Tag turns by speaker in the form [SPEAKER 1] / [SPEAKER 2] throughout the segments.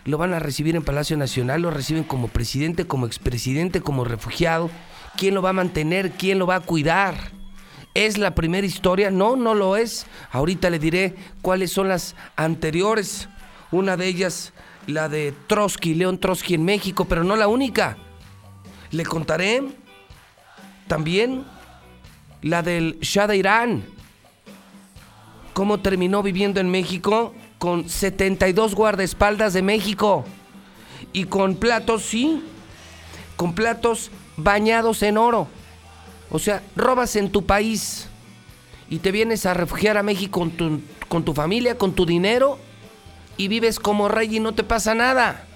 [SPEAKER 1] lo van a recibir en Palacio Nacional, lo reciben como presidente, como expresidente, como refugiado. ¿Quién lo va a mantener? ¿Quién lo va a cuidar? ¿Es la primera historia? No, no lo es. Ahorita le diré cuáles son las anteriores. Una de ellas, la de Trotsky, León Trotsky en México, pero no la única. Le contaré también la del Shah de Irán. Cómo terminó viviendo en México con 72 guardaespaldas de México. Y con platos, sí, con platos bañados en oro. O sea, robas en tu país y te vienes a refugiar a México con tu familia, con tu dinero, y vives como rey y no te pasa nada.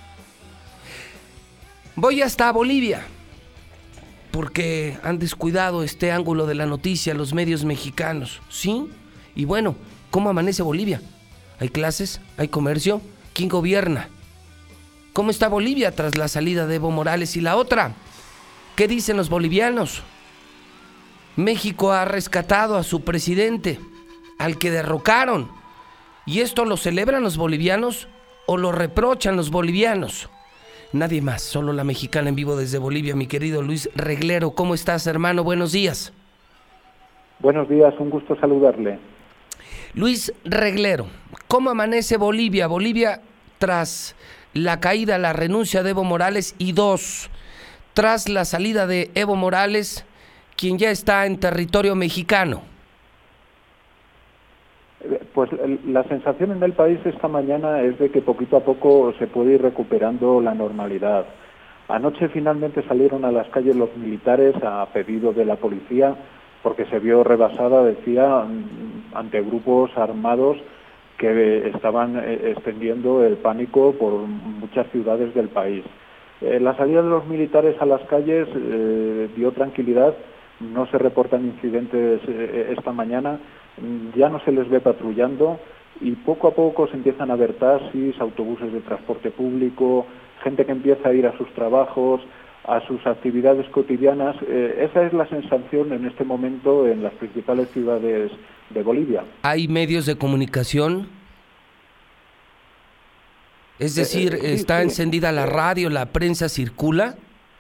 [SPEAKER 1] Voy hasta Bolivia, porque han descuidado este ángulo de la noticia los medios mexicanos, ¿sí? Y bueno, ¿cómo amanece Bolivia? ¿Hay clases? ¿Hay comercio? ¿Quién gobierna? ¿Cómo está Bolivia tras la salida de Evo Morales? Y la otra, ¿qué dicen los bolivianos? México ha rescatado a su presidente, al que derrocaron. ¿Y esto lo celebran los bolivianos o lo reprochan los bolivianos? Nadie más, solo la mexicana en vivo desde Bolivia, mi querido Luis Reglero. ¿Cómo estás, hermano? Buenos días.
[SPEAKER 2] Buenos días, un gusto saludarle.
[SPEAKER 1] Luis Reglero, ¿cómo amanece Bolivia? Bolivia tras la caída, la renuncia de Evo Morales y tras la salida de Evo Morales, quien ya está en territorio mexicano.
[SPEAKER 2] Pues la sensación en el país esta mañana es de que poquito a poco se puede ir recuperando la normalidad. Anoche finalmente salieron a las calles los militares a pedido de la policía porque se vio rebasada, decía, ante grupos armados que estaban extendiendo el pánico por muchas ciudades del país. La salida de los militares a las calles dio tranquilidad, no se reportan incidentes esta mañana, ya no se les ve patrullando y poco a poco se empiezan a ver taxis, autobuses de transporte público, gente que empieza a ir a sus trabajos, a sus actividades cotidianas. Esa es la sensación en este momento en las principales ciudades de Bolivia.
[SPEAKER 1] ¿Hay medios de comunicación? Es decir, ¿está encendida la radio, la prensa circula?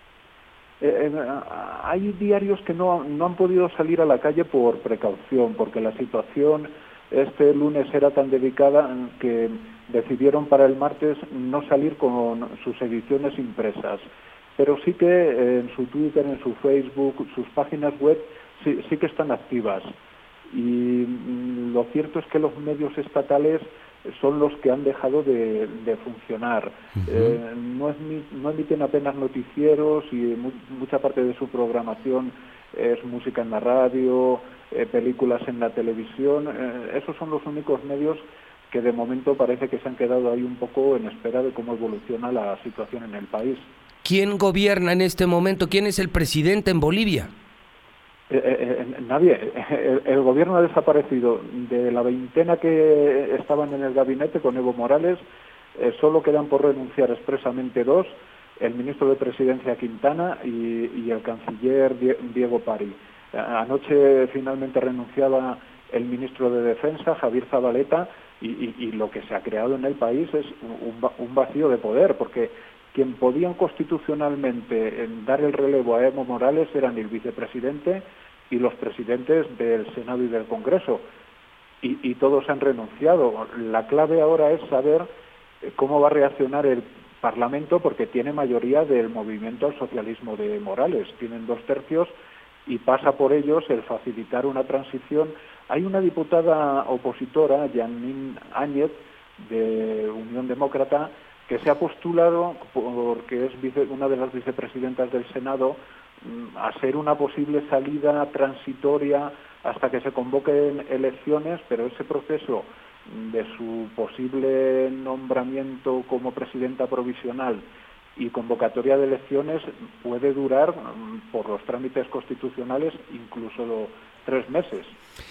[SPEAKER 2] Hay diarios que no han podido salir a la calle por precaución, porque la situación este lunes era tan delicada que decidieron para el martes no salir con sus ediciones impresas. Pero sí que en su Twitter, en su Facebook, sus páginas web sí que están activas. Y lo cierto es que los medios estatales son los que han dejado de funcionar. No emiten apenas noticieros y mucha parte de su programación es música en la radio, películas en la televisión. Esos son los únicos medios que de momento parece que se han quedado ahí un poco en espera de cómo evoluciona la situación en el país.
[SPEAKER 1] ¿Quién gobierna en este momento? ¿Quién es el presidente en Bolivia?
[SPEAKER 2] Nadie. El gobierno ha desaparecido. De la veintena que estaban en el gabinete con Evo Morales, solo quedan por renunciar expresamente 2, el ministro de Presidencia Quintana y el canciller Diego Pari. Anoche finalmente renunciaba el ministro de Defensa, Javier Zabaleta, y lo que se ha creado en el país es un vacío de poder, porque quien podían constitucionalmente dar el relevo a Evo Morales eran el vicepresidente y los presidentes del Senado y del Congreso, y todos han renunciado. La clave ahora es saber cómo va a reaccionar el Parlamento, porque tiene mayoría del movimiento al socialismo de Morales, tienen 2/3 y pasa por ellos el facilitar una transición. Hay una diputada opositora, Janine Áñez, de Unión Demócrata, que se ha postulado, porque es una de las vicepresidentas del Senado, a ser una posible salida transitoria hasta que se convoquen elecciones, pero ese proceso de su posible nombramiento como presidenta provisional y convocatoria de elecciones puede durar, por los trámites constitucionales, incluso 3 meses.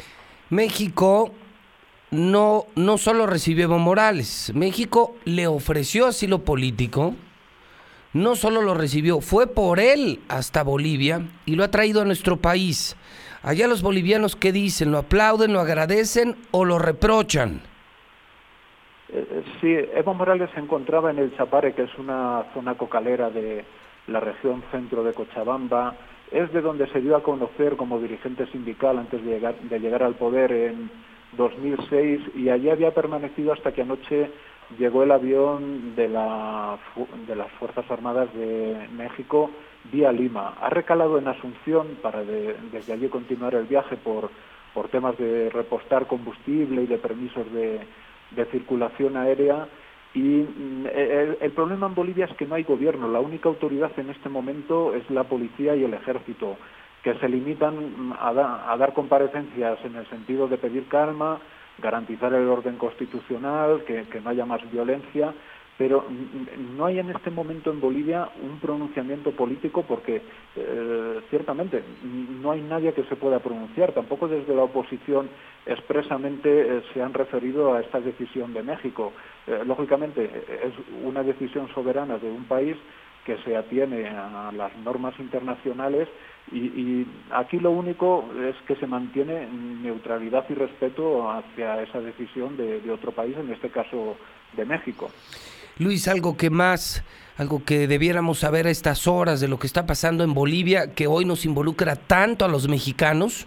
[SPEAKER 1] México no solo recibió Evo Morales, México le ofreció asilo político, no solo lo recibió, fue por él hasta Bolivia y lo ha traído a nuestro país. Allá los bolivianos, ¿qué dicen? ¿Lo aplauden, lo agradecen o lo reprochan?
[SPEAKER 2] Sí, Evo Morales se encontraba en el Chapare, que es una zona cocalera de la región centro de Cochabamba. Es de donde se dio a conocer como dirigente sindical antes de llegar al poder en 2006, y allí había permanecido hasta que anoche llegó el avión de las Fuerzas Armadas de México vía Lima. Ha recalado en Asunción para desde allí continuar el viaje por temas de repostar combustible y de permisos de circulación aérea. Y el problema en Bolivia es que no hay gobierno. La única autoridad en este momento es la policía y el ejército, que se limitan a dar comparecencias en el sentido de pedir calma, garantizar el orden constitucional, que no haya más violencia, pero no hay en este momento en Bolivia un pronunciamiento político porque ciertamente no hay nadie que se pueda pronunciar. Tampoco desde la oposición expresamente se han referido a esta decisión de México. Lógicamente es una decisión soberana de un país que se atiene a las normas internacionales y aquí lo único es que se mantiene neutralidad y respeto hacia esa decisión de otro país, en este caso de México.
[SPEAKER 1] Luis, algo que debiéramos saber a estas horas de lo que está pasando en Bolivia, que hoy nos involucra tanto a los mexicanos.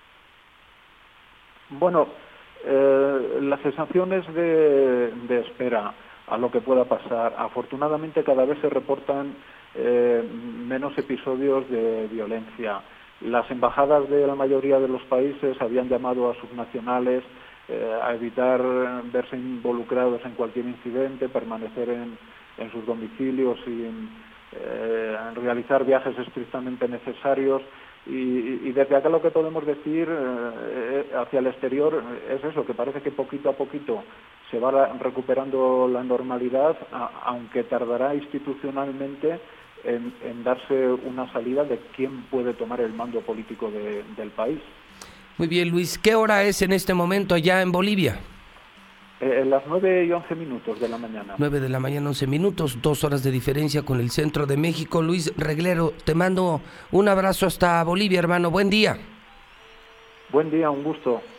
[SPEAKER 2] Bueno, las sensaciones de espera a lo que pueda pasar. Afortunadamente cada vez se reportan menos episodios de violencia. Las embajadas de la mayoría de los países habían llamado a sus nacionales a evitar verse involucrados en cualquier incidente, permanecer en sus domicilios y realizar viajes estrictamente necesarios. Y desde acá lo que podemos decir hacia el exterior es eso, que parece que poquito a poquito se va recuperando la normalidad, aunque tardará institucionalmente en darse una salida de quién puede tomar el mando político del país.
[SPEAKER 1] Muy bien, Luis. ¿Qué hora es en este momento allá en Bolivia?
[SPEAKER 2] Las 9:11 de la mañana.
[SPEAKER 1] 9 de la mañana, 11 minutos, 2 horas de diferencia con el centro de México. Luis Reglero, te mando un abrazo hasta Bolivia, hermano. Buen día.
[SPEAKER 2] Buen día, un gusto.